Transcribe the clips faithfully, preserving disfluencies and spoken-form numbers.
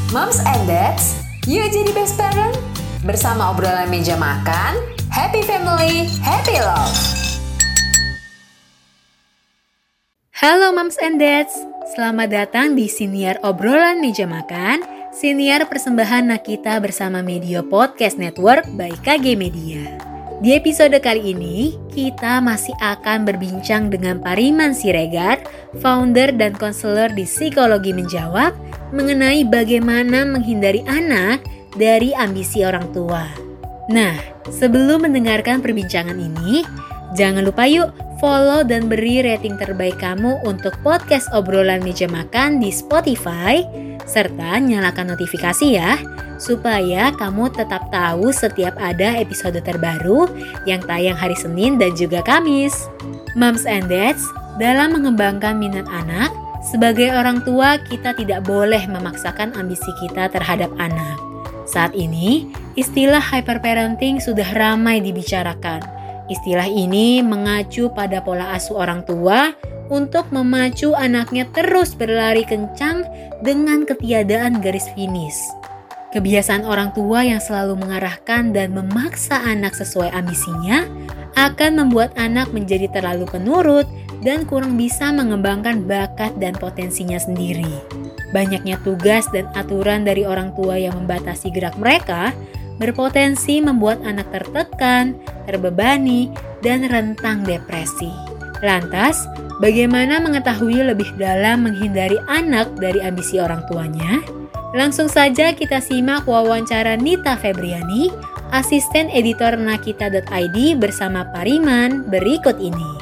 Moms and Dads, yuk jadi best parent. Bersama obrolan meja makan, happy family, happy love. Halo Moms and Dads, selamat datang di Siniar Obrolan Meja Makan, siniar persembahan Nakita bersama Media Podcast Network by K G Media. Di episode kali ini, kita masih akan berbincang dengan Pariman Siregar, founder dan konselor di Psikologi Menjawab, mengenai bagaimana menghindari anak dari ambisi orang tua. Nah, sebelum mendengarkan perbincangan ini, jangan lupa yuk follow dan beri rating terbaik kamu untuk podcast obrolan meja makan di Spotify, serta nyalakan notifikasi ya, supaya kamu tetap tahu setiap ada episode terbaru yang tayang hari Senin dan juga Kamis. Moms and Dads, dalam mengembangkan minat anak, sebagai orang tua kita tidak boleh memaksakan ambisi kita terhadap anak. Saat ini, istilah hyperparenting sudah ramai dibicarakan. Istilah ini mengacu pada pola asuh orang tua untuk memacu anaknya terus berlari kencang dengan ketiadaan garis finish. Kebiasaan orang tua yang selalu mengarahkan dan memaksa anak sesuai ambisinya akan membuat anak menjadi terlalu penurut dan kurang bisa mengembangkan bakat dan potensinya sendiri. Banyaknya tugas dan aturan dari orang tua yang membatasi gerak mereka berpotensi membuat anak tertekan, terbebani, dan rentang depresi. Lantas, bagaimana mengetahui lebih dalam menghindari anak dari ambisi orang tuanya? Langsung saja kita simak wawancara Nita Febriani, asisten editor nakita dot i d bersama Pariman berikut ini.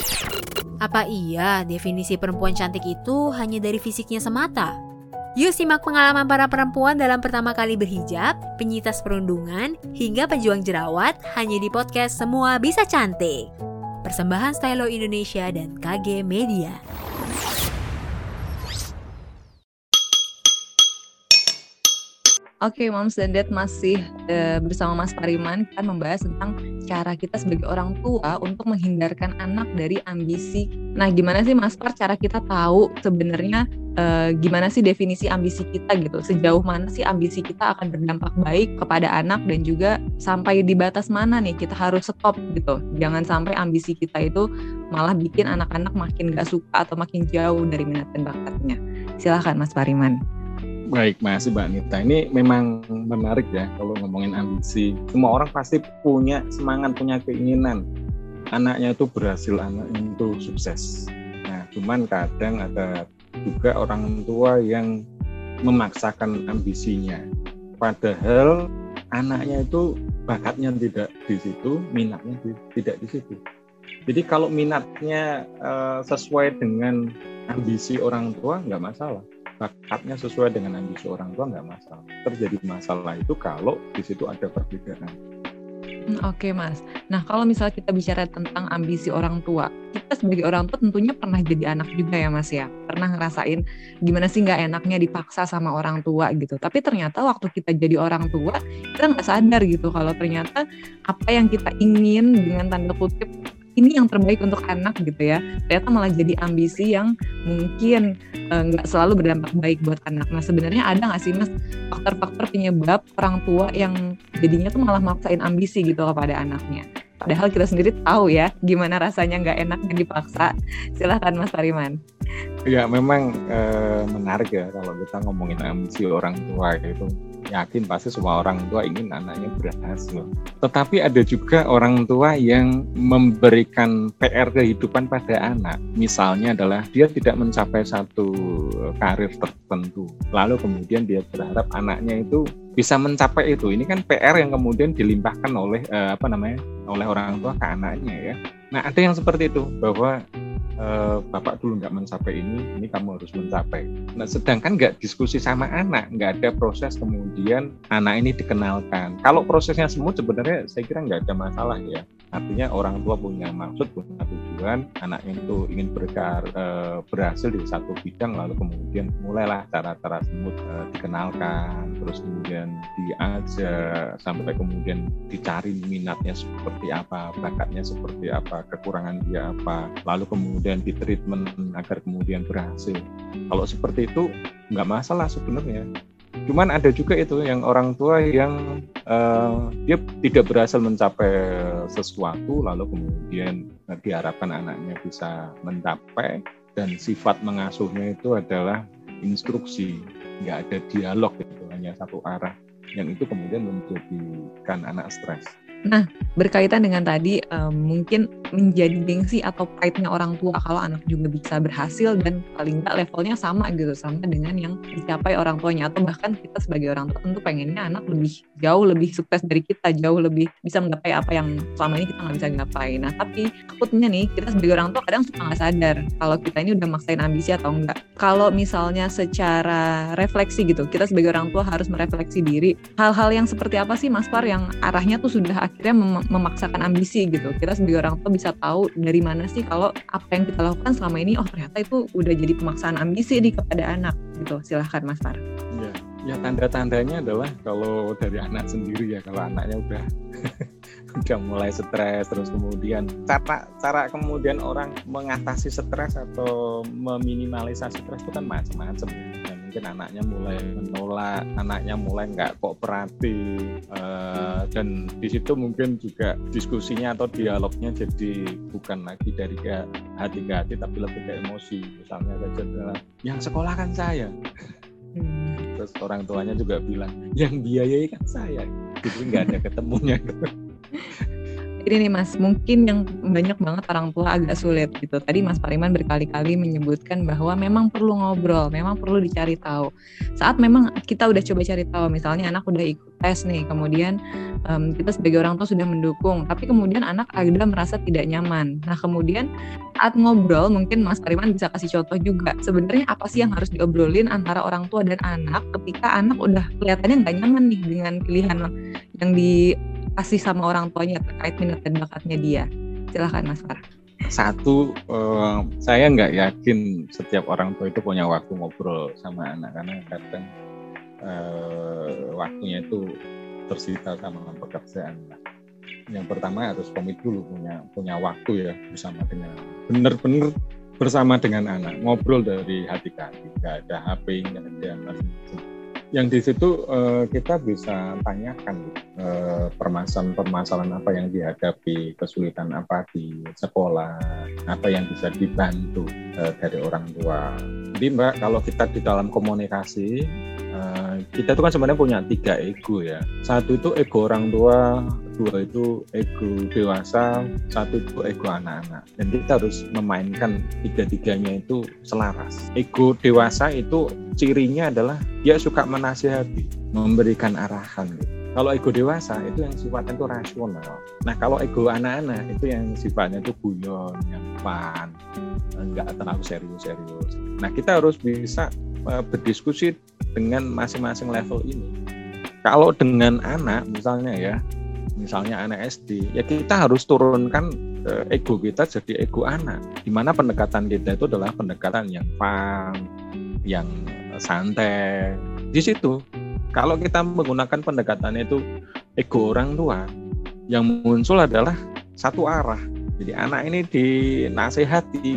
Apa iya definisi perempuan cantik itu hanya dari fisiknya semata? Yuk simak pengalaman para perempuan dalam pertama kali berhijab, penyintas perundungan, hingga pejuang jerawat hanya di podcast Semua Bisa Cantik. Persembahan Stylo Indonesia dan K G Media. Oke, Moms dan Dad masih e, bersama Mas Pariman. Kita membahas tentang cara kita sebagai orang tua untuk menghindarkan anak dari ambisi. Nah, gimana sih Mas Par cara kita tahu sebenarnya e, gimana sih definisi ambisi kita gitu? Sejauh mana sih ambisi kita akan berdampak baik kepada anak dan juga sampai di batas mana nih kita harus stop gitu? Jangan sampai ambisi kita itu malah bikin anak-anak makin gak suka atau makin jauh dari minat dan bakatnya. Silakan Mas Pariman. Baik, makasih Mbak Nita. Ini memang menarik ya kalau ngomongin ambisi. Semua orang pasti punya semangat, punya keinginan anaknya itu berhasil, anaknya itu sukses. Nah, cuman kadang ada juga orang tua yang memaksakan ambisinya. Padahal anaknya itu bakatnya tidak di situ, minatnya tidak di situ. Jadi kalau minatnya uh, sesuai dengan ambisi orang tua, nggak masalah. Bakatnya sesuai dengan ambisi orang tua nggak masalah. Terjadi masalah itu kalau di situ ada perbedaan. Oke Mas. Nah kalau misalnya kita bicara tentang ambisi orang tua, kita sebagai orang tua tentunya pernah jadi anak juga ya Mas ya. Pernah ngerasain gimana sih nggak enaknya dipaksa sama orang tua gitu. Tapi ternyata waktu kita jadi orang tua, kita nggak sadar gitu kalau ternyata apa yang kita ingin dengan tanda kutip ini yang terbaik untuk anak gitu ya, ternyata malah jadi ambisi yang mungkin nggak e, selalu berdampak baik buat anak. Nah sebenarnya ada nggak sih Mas faktor-faktor penyebab orang tua yang jadinya tuh malah maksain ambisi gitu kepada anaknya? Padahal kita sendiri tahu ya gimana rasanya nggak enaknya dipaksa. Silahkan Mas Pariman. Ya memang e, menarik ya kalau kita ngomongin ambisi orang tua gitu. Yakin pasti semua orang tua ingin anaknya berhasil. Tetapi ada juga orang tua yang memberikan P R kehidupan pada anak. Misalnya adalah dia tidak mencapai satu karir tertentu. Lalu kemudian dia berharap anaknya itu bisa mencapai itu. Ini kan P R yang kemudian dilimpahkan oleh eh, apa namanya? oleh orang tua ke anaknya ya. Nah, ada yang seperti itu bahwa Uh, bapak dulu nggak mencapai ini, ini kamu harus mencapai. Nah, sedangkan nggak diskusi sama anak, nggak ada proses kemudian anak ini dikenalkan. Kalau prosesnya semua sebenarnya saya kira nggak ada masalah ya. Artinya orang tua punya maksud, punya tujuan, anaknya itu ingin berkar, uh, berhasil di satu bidang, lalu kemudian mulailah cara-cara tersebut uh, dikenalkan, terus kemudian diajak, sampai kemudian dicari minatnya seperti apa, bakatnya seperti apa, kekurangan dia apa, lalu kemudian di treatment agar kemudian berhasil. Kalau seperti itu nggak masalah sebenarnya. Cuman ada juga itu yang orang tua yang uh, dia tidak berhasil mencapai sesuatu, lalu kemudian uh, diharapkan anaknya bisa mencapai, dan sifat mengasuhnya itu adalah instruksi, nggak ada dialog gitu, hanya satu arah, yang itu kemudian menjadikan anak stres. Nah, berkaitan dengan tadi um, mungkin menjadi gengsi atau pride-nya orang tua kalau anak juga bisa berhasil dan paling nggak levelnya sama gitu, sama dengan yang dicapai orang tuanya, atau bahkan kita sebagai orang tua tentu pengennya anak lebih jauh lebih sukses dari kita, jauh lebih bisa menggapai apa yang selama ini kita nggak bisa gapai. Nah, tapi takutnya nih kita sebagai orang tua kadang suka nggak sadar kalau kita ini udah maksain ambisi atau enggak. Kalau misalnya secara refleksi gitu, kita sebagai orang tua harus merefleksi diri, hal-hal yang seperti apa sih Mas Far yang arahnya tuh sudah akhirnya mem- memaksakan ambisi gitu. Kita sebagai orang tua bisa tahu dari mana sih kalau apa yang kita lakukan selama ini, oh ternyata itu udah jadi pemaksaan ambisi nih kepada anak gitu. Silahkan Mas Far. Ya, ya tanda-tandanya adalah kalau dari anak sendiri ya, kalau anaknya udah udah mulai stres, terus kemudian cara cara kemudian orang mengatasi stres atau meminimalisasi stres itu kan macam-macam ya. Mungkin anaknya mulai menolak, anaknya mulai nggak kooperatif, uh, dan di situ mungkin juga diskusinya atau dialognya jadi bukan lagi dari ke hati ke hati tapi lebih ke emosi. Misalnya saja adalah yang sekolah kan saya, hmm. terus orang tuanya juga bilang yang biayai kan saya, jadi nggak ada ketemunya. Jadi nih Mas, mungkin yang banyak banget orang tua agak sulit gitu. Tadi Mas Pariman berkali-kali menyebutkan bahwa memang perlu ngobrol, memang perlu dicari tahu. Saat memang kita udah coba cari tahu, misalnya anak udah ikut tes nih, kemudian um, kita sebagai orang tua sudah mendukung, tapi kemudian anak ada merasa tidak nyaman. Nah kemudian saat ngobrol, mungkin Mas Pariman bisa kasih contoh juga. Sebenarnya apa sih yang harus diobrolin antara orang tua dan anak ketika anak udah kelihatannya nggak nyaman nih dengan pilihan yang di kasih sama orang tuanya terkait minat dan bakatnya dia. Silahkan Mas Farah. Satu, eh, saya nggak yakin setiap orang tua itu punya waktu ngobrol sama anak, karena kadang eh, waktunya itu tersita sama pekerjaan. Yang pertama harus komit dulu punya punya waktu ya bersama dengan benar-benar bersama dengan anak, ngobrol dari hati ke hati, nggak ada H P, nggak ada macam-macam. Yang di situ uh, kita bisa tanyakan uh, permasalahan-permasalahan apa yang dihadapi, kesulitan apa di sekolah, apa yang bisa dibantu uh, dari orang tua. Jadi Mbak, kalau kita di dalam komunikasi, uh, kita itu kan sebenarnya punya tiga ego ya. Satu itu ego orang tua, dua itu ego dewasa, satu itu ego anak-anak. Dan kita harus memainkan tiga-tiganya itu selaras. Ego dewasa itu cirinya adalah dia suka menasihati, memberikan arahan gitu. Kalau ego dewasa itu yang sifatnya itu rasional. Nah kalau ego anak-anak itu yang sifatnya itu guyon, yang fun, enggak terlalu serius-serius. Nah kita harus bisa uh, berdiskusi dengan masing-masing level ini. Kalau dengan anak misalnya ya, misalnya anak S D, ya kita harus turunkan uh, ego kita jadi ego anak. Di mana pendekatan kita itu adalah pendekatan yang fun, yang santai. Di situ kalau kita menggunakan pendekatannya itu ego orang tua, yang muncul adalah satu arah. Jadi anak ini dinasehati,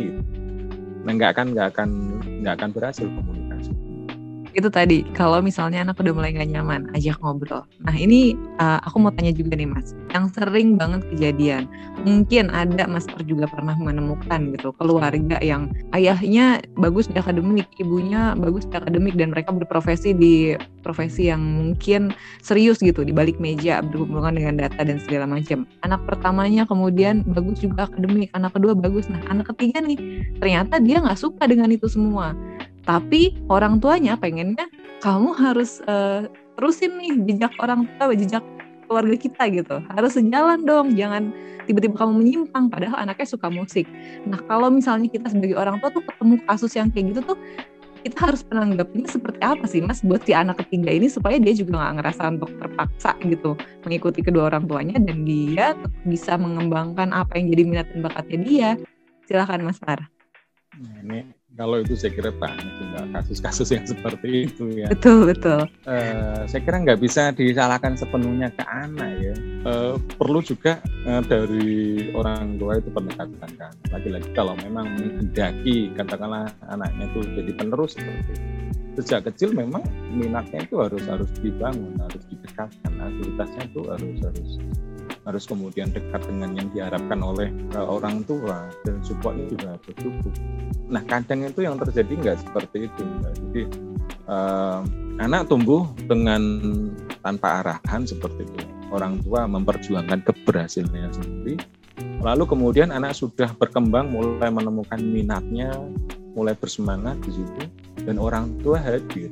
nah nggak akan nggak akan nggak akan berhasil komunikasi. Itu tadi, kalau misalnya anak udah mulai gak nyaman, ajak ngobrol. Nah ini uh, aku mau tanya juga nih Mas, yang sering banget kejadian, mungkin ada Mas Per juga pernah menemukan gitu, keluarga yang ayahnya bagus di akademik, ibunya bagus di akademik, dan mereka berprofesi di profesi yang mungkin serius gitu, di balik meja, berhubungan dengan data dan segala macam. Anak pertamanya kemudian bagus juga akademik, anak kedua bagus, nah anak ketiga nih, ternyata dia gak suka dengan itu semua. Tapi orang tuanya pengennya kamu harus uh, terusin nih jejak orang tua, jejak keluarga kita gitu. Harus sejalan dong, jangan tiba-tiba kamu menyimpang padahal anaknya suka musik. Nah kalau misalnya kita sebagai orang tua tuh ketemu kasus yang kayak gitu tuh, kita harus menanggapinya seperti apa sih Mas buat si anak ketiga ini supaya dia juga gak ngerasa untuk terpaksa gitu mengikuti kedua orang tuanya dan dia bisa mengembangkan apa yang jadi minat dan bakatnya dia. Silakan Mas Far. Nah, ini Kalau itu saya kira banyak juga kasus-kasus yang seperti itu ya. Betul, betul. Uh, saya kira nggak bisa disalahkan sepenuhnya ke anak ya. Uh, perlu juga uh, dari orang tua itu pendekatan kan. Lagi-lagi kalau memang menghendaki katakanlah anaknya itu jadi penerus seperti itu. Sejak kecil memang minatnya itu harus harus dibangun, harus didekatkan, aktivitasnya itu harus harus harus kemudian dekat dengan yang diharapkan oleh uh, orang tua dan supportnya juga harus cukup. Nah kadang itu yang terjadi nggak seperti itu, Mbak. Jadi uh, anak tumbuh dengan tanpa arahan seperti itu. Orang tua memperjuangkan keberhasilannya sendiri. Lalu kemudian anak sudah berkembang, mulai menemukan minatnya, mulai bersemangat di situ, dan orang tua hadir.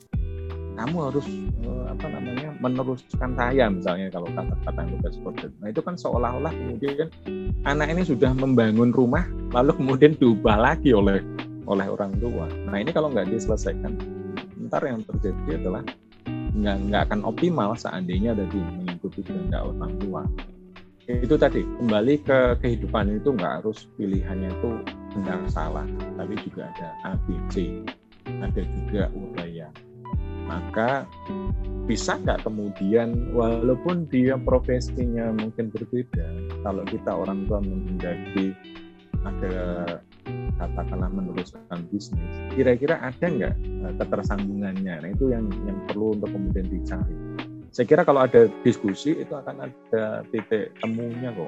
Kamu harus uh, apa namanya meneruskan saya misalnya kalau kata-kata yang sudah seperti itu. Nah itu kan seolah-olah kemudian anak ini sudah membangun rumah lalu kemudian diubah lagi oleh oleh orang tua. Nah ini kalau nggak diselesaikan, ntar yang terjadi adalah nggak nggak akan optimal seandainya ada di mengikuti kehendak orang tua. Itu tadi kembali ke kehidupan itu nggak harus pilihannya itu benar salah, tapi juga ada A B C, ada juga uraya. Maka bisa nggak kemudian walaupun dia profesinya mungkin berbeda, kalau kita orang tua menghendaki ada katakanlah meneruskan bisnis, kira-kira ada nggak ketersambungannya? Nah itu yang yang perlu untuk kemudian dicari. Saya kira kalau ada diskusi itu akan ada titik temunya kok.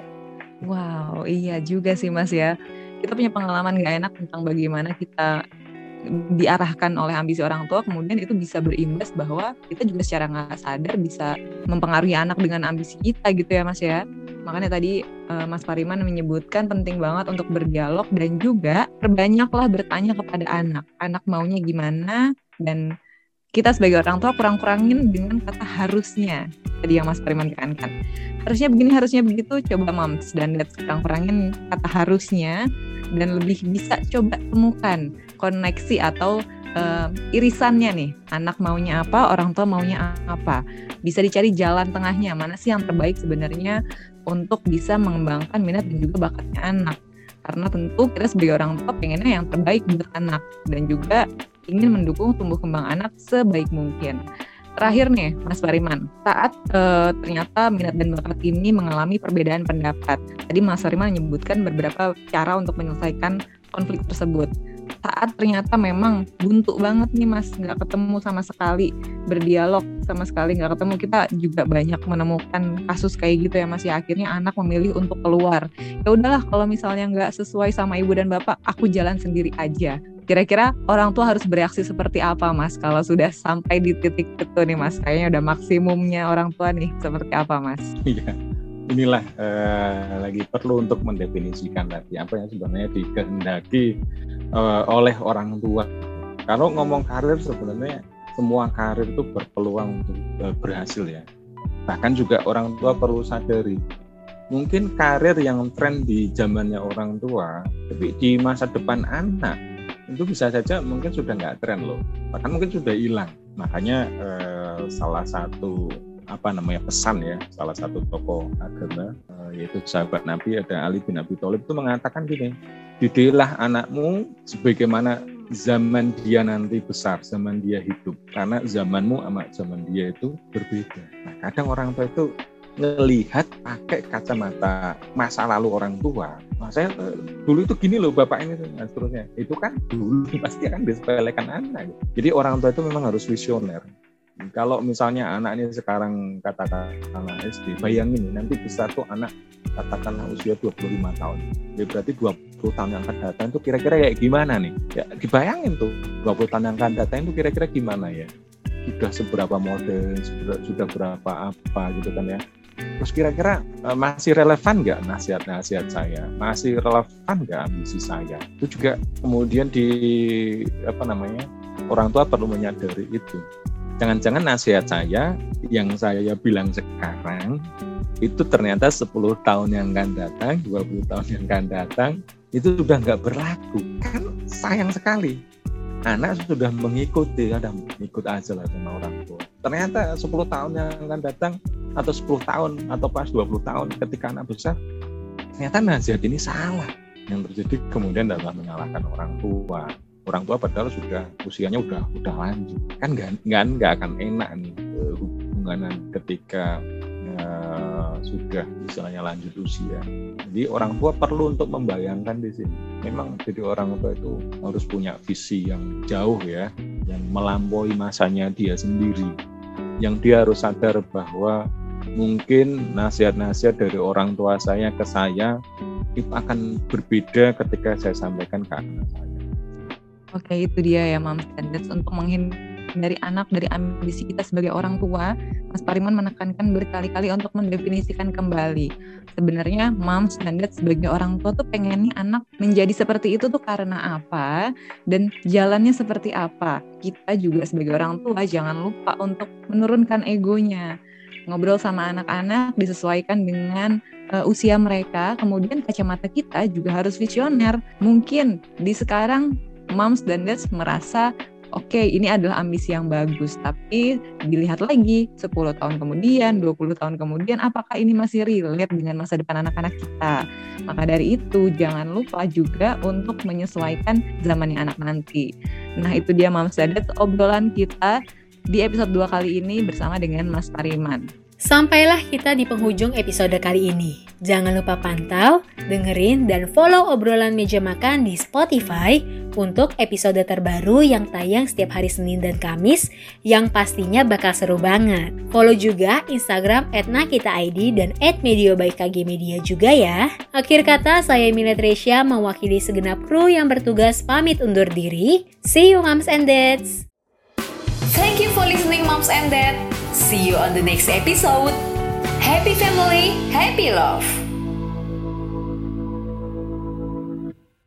Wow, iya juga sih Mas ya. Kita punya pengalaman nggak enak tentang bagaimana kita diarahkan oleh ambisi orang tua, kemudian itu bisa berimbas bahwa kita juga secara nggak sadar bisa mempengaruhi anak dengan ambisi kita gitu ya Mas ya. Makanya tadi uh, Mas Pariman menyebutkan penting banget untuk berdialog dan juga perbanyaklah bertanya kepada anak. Anak maunya gimana, dan kita sebagai orang tua kurang-kurangin dengan kata harusnya. Tadi yang Mas Pariman tekankan. Harusnya begini, harusnya begitu, coba Moms dan Dad kurang-kurangin kata harusnya dan lebih bisa coba temukan koneksi atau uh, irisannya nih. Anak maunya apa, orang tua maunya apa. Bisa dicari jalan tengahnya, mana sih yang terbaik sebenarnya untuk bisa mengembangkan minat dan juga bakatnya anak. Karena tentu kita sebagai orang tua pengennya yang terbaik buat anak dan juga ingin mendukung tumbuh kembang anak sebaik mungkin. Terakhir nih Mas Pariman, saat e, ternyata minat dan bakat ini mengalami perbedaan pendapat. Tadi Mas Pariman menyebutkan beberapa cara untuk menyelesaikan konflik tersebut. Saat ternyata memang buntu banget nih Mas, nggak ketemu sama sekali, berdialog sama sekali nggak ketemu, kita juga banyak menemukan kasus kayak gitu ya Mas ya. Akhirnya anak memilih untuk keluar. Ya udahlah kalau misalnya nggak sesuai sama ibu dan bapak, aku jalan sendiri aja. Kira-kira orang tua harus bereaksi seperti apa Mas kalau sudah sampai di titik itu nih Mas? Kayaknya udah maksimumnya orang tua nih, seperti apa Mas? Iya, inilah uh, lagi perlu untuk mendefinisikan tadi apa yang sebenarnya dikehendaki uh, oleh orang tua. Kalau ngomong karir sebenarnya semua karir itu berpeluang untuk uh, berhasil ya. Bahkan juga orang tua perlu sadari, mungkin karir yang tren di zamannya orang tua, tapi di masa depan anak itu bisa saja mungkin sudah nggak tren loh, bahkan mungkin sudah hilang. Makanya eh, salah satu apa namanya pesan ya, salah satu tokoh agama eh, yaitu sahabat Nabi, ada Ali bin Abi Thalib, itu mengatakan gini, didiklah anakmu sebagaimana zaman dia nanti besar, zaman dia hidup, karena zamanmu sama zaman dia itu berbeda. Nah kadang orang tua itu ngelihat pakai kacamata masa lalu orang tua. Nah, saya dulu itu gini loh bapak ini dan seterusnya. Itu kan dulu pasti akan disepelekan anak. Jadi orang tua itu memang harus visioner. Kalau misalnya anak ini sekarang katakanlah S D, bayangin nanti besar tuh anak katakanlah usia dua puluh lima tahun. Ya berarti dua puluh tahun yang akan datang itu kira-kira kayak gimana nih? Ya dibayangin tuh dua puluh tahun yang akan datang itu kira-kira gimana ya? Sudah seberapa model, sudah, sudah berapa apa gitu kan ya. Terus kira-kira uh, masih relevan nggak nasihat-nasihat saya? Masih relevan nggak ambisi saya? Itu juga kemudian di apa namanya orang tua perlu menyadari itu. Jangan-jangan nasihat saya yang saya bilang sekarang itu ternyata sepuluh tahun yang akan datang, dua puluh tahun yang akan datang itu sudah nggak berlaku. Kan sayang sekali. Anak sudah mengikuti, ada ikut aja lah sama orang tua. Ternyata sepuluh tahun yang akan datang atau sepuluh tahun atau pas dua puluh tahun ketika anak besar, ternyata nasihat ini salah. Yang terjadi kemudian adalah menyalahkan orang tua. orang tua padahal sudah usianya udah udah lanjut. Kan nggak nggak nggak akan enak nih uh, hubungan ketika uh, sudah misalnya lanjut usia. Jadi orang tua perlu untuk membayangkan di sini. Memang jadi orang tua itu harus punya visi yang jauh ya, yang melampaui masanya dia sendiri. Yang dia harus sadar bahwa mungkin nasihat-nasihat dari orang tua saya ke saya itu akan berbeda ketika saya sampaikan ke anak saya. Oke, itu dia ya Moms and Dads, untuk menghindari anak dari ambisi kita sebagai orang tua. Mas Pariman menekankan berkali-kali untuk mendefinisikan kembali sebenarnya Moms and Dads sebagai orang tua tuh pengen nih anak menjadi seperti itu tuh karena apa dan jalannya seperti apa. Kita juga sebagai orang tua jangan lupa untuk menurunkan egonya, ngobrol sama anak-anak disesuaikan dengan uh, usia mereka. Kemudian kacamata kita juga harus visioner. Mungkin di sekarang Moms dan Dads merasa oke okay, ini adalah ambisi yang bagus, tapi dilihat lagi sepuluh tahun kemudian, dua puluh tahun kemudian, apakah ini masih relate dengan masa depan anak-anak kita. Maka dari itu jangan lupa juga untuk menyesuaikan zamannya anak nanti. Nah itu dia Moms dan Dads, obrolan kita di episode dua kali ini bersama dengan Mas Pariman. Sampailah kita di penghujung episode kali ini. Jangan lupa pantau, dengerin, dan follow obrolan meja makan di Spotify untuk episode terbaru yang tayang setiap hari Senin dan Kamis yang pastinya bakal seru banget. Follow juga Instagram et nakita i d dan et medio by K G Media juga ya. Akhir kata, saya Emilia Tresya mewakili segenap kru yang bertugas pamit undur diri. See you Moms and Dads! Thank you for listening Moms and Dad. See you on the next episode. Happy family, happy love.